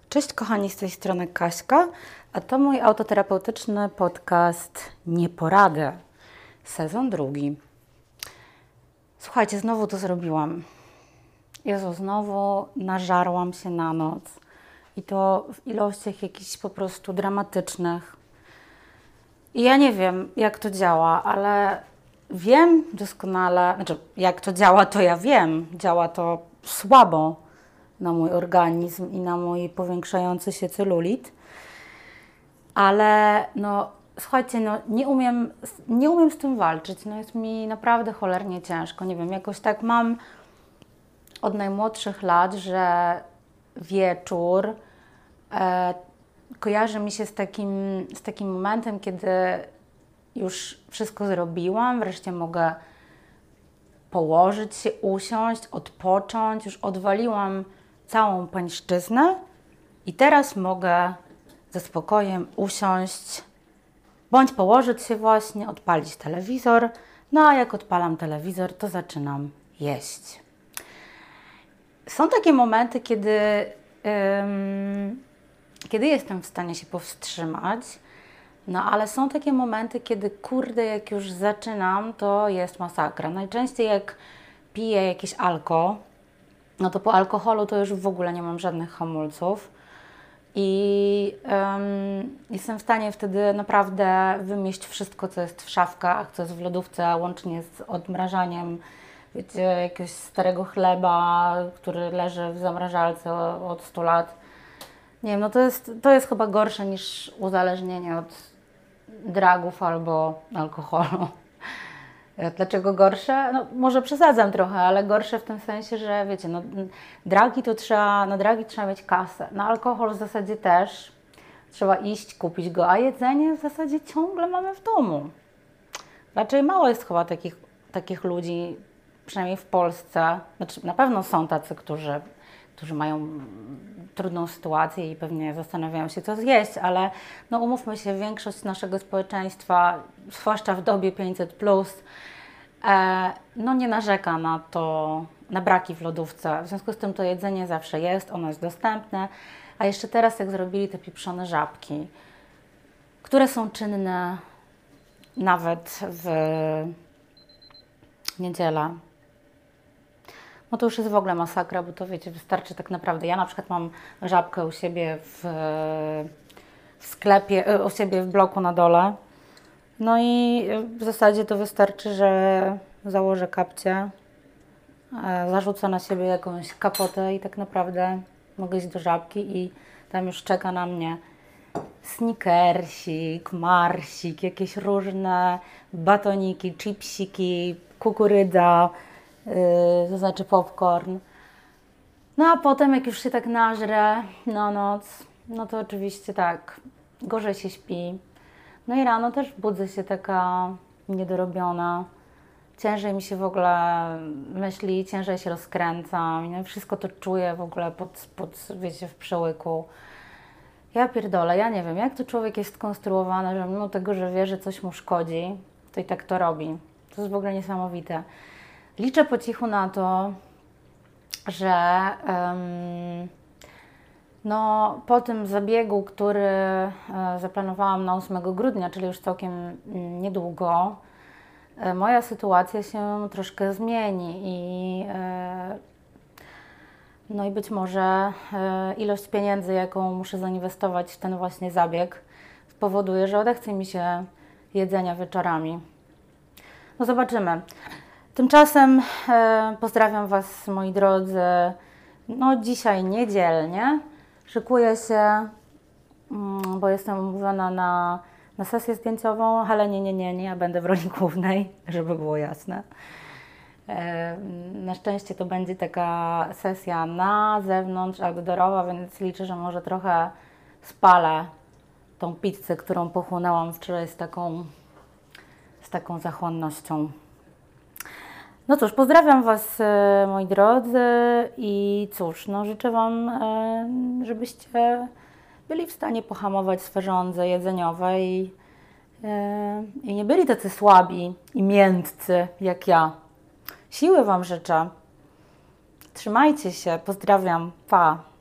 Cześć kochani, z tej strony Kaśka, a to mój autoterapeutyczny podcast Nieporady, sezon drugi. Słuchajcie, znowu to zrobiłam. Jezu, znowu nażarłam się na noc i to w ilościach jakichś po prostu dramatycznych. I ja nie wiem, jak to działa, ale wiem doskonale, znaczy jak to działa, to ja wiem, działa to słabo na mój organizm i na mój powiększający się celulit, ale no słuchajcie, no nie umiem z tym walczyć, no jest mi naprawdę cholernie ciężko, nie wiem, jakoś tak mam od najmłodszych lat, że wieczór kojarzy mi się z takim momentem, kiedy już wszystko zrobiłam, wreszcie mogę położyć się, usiąść, odpocząć, już odwaliłam całą pańszczyznę i teraz mogę ze spokojem usiąść, bądź położyć się właśnie, odpalić telewizor, no a jak odpalam telewizor, to zaczynam jeść. Są takie momenty, kiedy jestem w stanie się powstrzymać, no ale są takie momenty, kiedy kurde, jak już zaczynam, to jest masakra. Najczęściej jak piję jakieś alko, no to po alkoholu to już w ogóle nie mam żadnych hamulców i jestem w stanie wtedy naprawdę wymieść wszystko, co jest w szafkach, co jest w lodówce, łącznie z odmrażaniem, wiecie, jakiegoś starego chleba, który leży w zamrażalce od 100 lat. Nie wiem, no to jest chyba gorsze niż uzależnienie od dragów albo alkoholu. Dlaczego gorsze? No, może przesadzam trochę, ale gorsze w tym sensie, że wiecie, no, na dragi trzeba mieć kasę. Na alkohol w zasadzie też trzeba iść, kupić go, a jedzenie w zasadzie ciągle mamy w domu. Raczej mało jest chyba takich ludzi, przynajmniej w Polsce. Znaczy, na pewno są tacy, którzy mają trudną sytuację i pewnie zastanawiają się, co zjeść, ale no umówmy się, większość naszego społeczeństwa, zwłaszcza w dobie 500+, no nie narzeka na braki w lodówce. W związku z tym to jedzenie zawsze jest, ono jest dostępne, a jeszcze teraz jak zrobili te pieprzone żabki, które są czynne nawet w niedzielę, no to już jest w ogóle masakra, bo to wiecie, wystarczy tak naprawdę. Ja na przykład mam żabkę u siebie w sklepie, u siebie w bloku na dole. No i w zasadzie to wystarczy, że założę kapcie, zarzucę na siebie jakąś kapotę i tak naprawdę mogę iść do żabki i tam już czeka na mnie snickersik, marsik, jakieś różne batoniki, chipsiki, kukurydza, to znaczy popcorn. No a potem jak już się tak nażrę na noc, no to oczywiście tak, gorzej się śpi. No i rano też budzę się taka niedorobiona. Ciężej mi się w ogóle myśli, ciężej się rozkręcam. No, wszystko to czuję w ogóle wiecie, w przełyku. Ja pierdolę, ja nie wiem, jak to człowiek jest skonstruowany, że mimo tego, że wie, że coś mu szkodzi, to i tak to robi. To jest w ogóle niesamowite. Liczę po cichu na to, że no, po tym zabiegu, który zaplanowałam na 8 grudnia, czyli już całkiem niedługo, moja sytuacja się troszkę zmieni no i być może ilość pieniędzy, jaką muszę zainwestować w ten właśnie zabieg, spowoduje, że odechce mi się jedzenia wieczorami. No zobaczymy. Tymczasem pozdrawiam Was, moi drodzy. No dzisiaj niedzielnie. Szykuję się, bo jestem umówiona na sesję zdjęciową, ale nie, ja będę w roli głównej, żeby było jasne. Na szczęście to będzie taka sesja na zewnątrz, outdoorowa, więc liczę, że może trochę spalę tą pizzę, którą pochłonęłam wczoraj z taką zachłannością. No cóż, pozdrawiam Was, moi drodzy, i cóż, no życzę Wam, żebyście byli w stanie pohamować swe żądze jedzeniowe i nie byli tacy słabi i miętcy jak ja. Siły Wam życzę. Trzymajcie się, pozdrawiam, pa!